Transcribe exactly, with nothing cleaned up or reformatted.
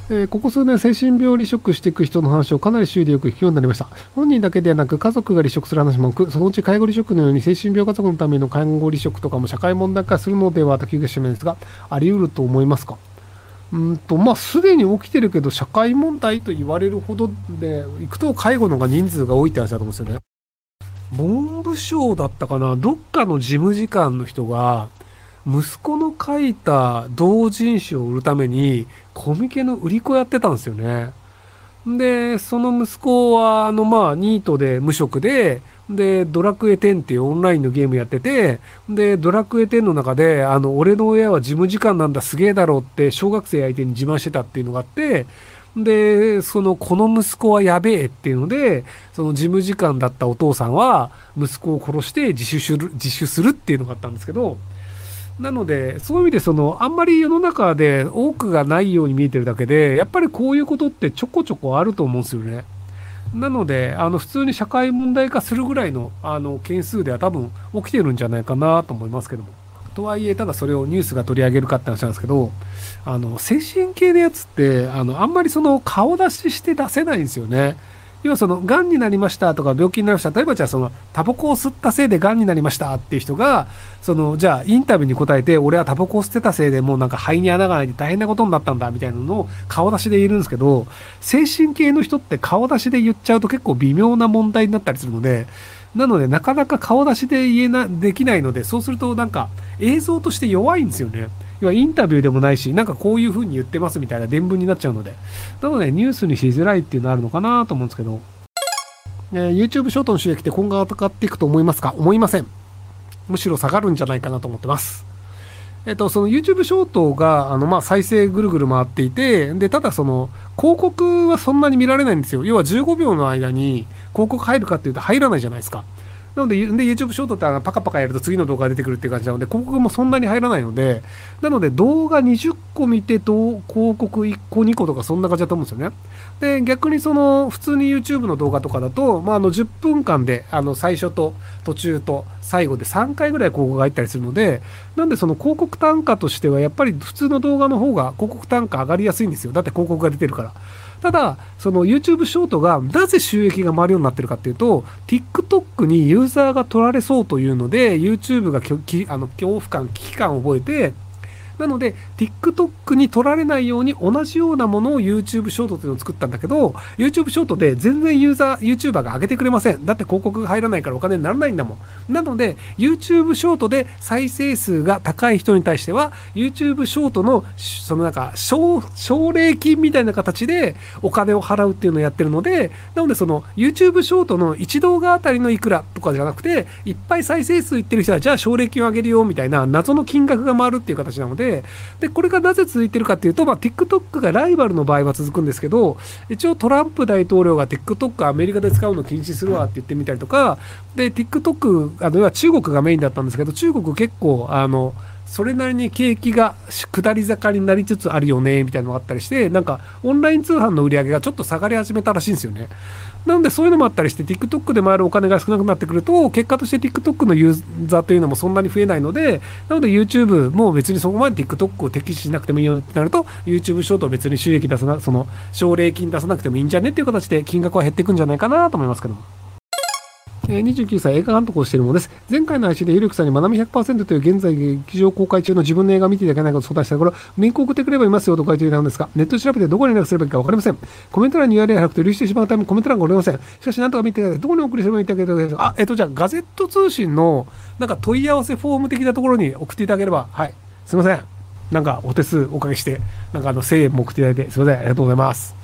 えーここ数年、精神病を離職していく人の話をかなり周囲でよく聞くようになりました。本人だけではなく、家族が離職する話も多く、そのうち介護離職のように精神病家族のための介護離職とかも社会問題化するのではと危惧しているんですが、あり得ると思いますか？うーんと、まあ、すでに起きてるけど、社会問題と言われるほどでいくと、介護の方が人数が多いって話だと思うんですよね。文部省だったかな、どっかの事務次官の人が、息子の書いた同人誌を売るために、コミケの売り子やってたんですよね。で、その息子は、あの、まあ、ニートで無職で、で、ドラクエテンっていうオンラインのゲームやってて、で、ドラクエテンの中で、あの、俺の親は事務次官なんだ、すげえだろうって、小学生相手に自慢してたっていうのがあって、で、その、この息子はやべえっていうので、その事務次官だったお父さんは、息子を殺して自首する、自首するっていうのがあったんですけど、なので、そういう意味で、その、あんまり世の中で多くがないように見えてるだけで、やっぱりこういうことってちょこちょこあると思うんですよね。なので、あの、普通に社会問題化するぐらいの、あの、件数では多分起きてるんじゃないかなと思いますけども。とはいえ、ただそれをニュースが取り上げるかって話なんですけど、あの、精神系のやつって、あの、あんまりその顔出しして出せないんですよね。要はその、癌になりましたとか病気になりました。例えばじゃあその、タバコを吸ったせいで癌になりましたっていう人が、その、じゃあインタビューに答えて、俺はタバコを吸ってたせいでもうなんか肺に穴が開いて大変なことになったんだみたいなのを顔出しで言えるんですけど、精神系の人って顔出しで言っちゃうと結構微妙な問題になったりするので、なのでなかなか顔出しで言えな、できないので、そうするとなんか映像として弱いんですよね。要はインタビューでもないし、なんかこういうふうに言ってますみたいな伝聞になっちゃうので。なのでニュースにしづらいっていうのはあるのかなと思うんですけど、えー YouTube ショートの収益って今後上がっていくと思いますか？思いません。むしろ下がるんじゃないかなと思ってます。えっと、その YouTube ショートが、あの、まあ、再生ぐるぐる回っていて、で、ただその、広告はそんなに見られないんですよ。要はじゅうごびょうの間に広告入るかっていうと入らないじゃないですか。なので、で YouTube ショートってあのパカパカやると次の動画が出てくるっていう感じなので、広告もそんなに入らないので、なので動画にじゅっこ見てと広告いっこにことかそんな感じだと思うんですよね。で、逆にその普通に YouTube の動画とかだと、まあ、あのじゅっぷんかんであの最初と途中と最後でさんかいぐらい広告が入ったりするので、なんでその広告単価としてはやっぱり普通の動画の方が広告単価上がりやすいんですよ。だって広告が出てるから。ただ、その YouTube ショートがなぜ収益が回るようになってるかっていうと、TikTok にユーザーが取られそうというので、YouTube がきょきあの恐怖感、危機感を覚えて、なので、TikTok に取られないように同じようなものを YouTube ショートというのを作ったんだけど、YouTube ショートで全然ユーザー、YouTuber が上げてくれません。だって広告が入らないからお金にならないんだもん。なので、YouTube ショートで再生数が高い人に対しては、YouTube ショートの、そのなんか、奨奨励金みたいな形でお金を払うっていうのをやってるので、なのでその YouTube ショートのいち動画あたりのいくらとかじゃなくて、いっぱい再生数いってる人は、じゃあ奨励金を上げるよみたいな謎の金額が回るっていう形なので、で、これがなぜ続いてるかっていうと、まあ、TikTok がライバルの場合は続くんですけど、一応トランプ大統領が TikTok アメリカで使うの禁止するわって言ってみたりとか、で、TikTok、あの、要は中国がメインだったんですけど、中国結構、あの、それなりに景気が下り坂になりつつあるよね、みたいなのがあったりして、なんか、オンライン通販の売り上げがちょっと下がり始めたらしいんですよね。なのでそういうのもあったりして、TikTok で回るお金が少なくなってくると、結果として TikTok のユーザーというのもそんなに増えないので、なので YouTube も別にそこまで TikTok を敵視しなくてもいいよってなると、YouTube ショートを別に収益出さな、その、奨励金出さなくてもいいんじゃねっていう形で金額は減っていくんじゃないかなと思いますけども。えーにじゅうきゅうさい映画監督をしているものです。前回の配信でゆるくさんにまなみひゃくパーセントという現在劇場公開中の自分の映画を見ていただけないかと相談したところ、リンクを送ってくればいますよと書いていたのですが、ネットで調べてどこに連絡すればいいかわかりません。コメント欄に ユーアールエル がなくて流してしまうためコメント欄がおりません。しかしなんとか見ていただいて、どこに送りすればいいかいただけますか。あ、えっと、じゃあガゼット通信のなんか問い合わせフォーム的なところに送っていただければ、はい。すいません。なんかお手数おかけして、なんかあのせんえんも送っていただいて、すいません。ありがとうございます。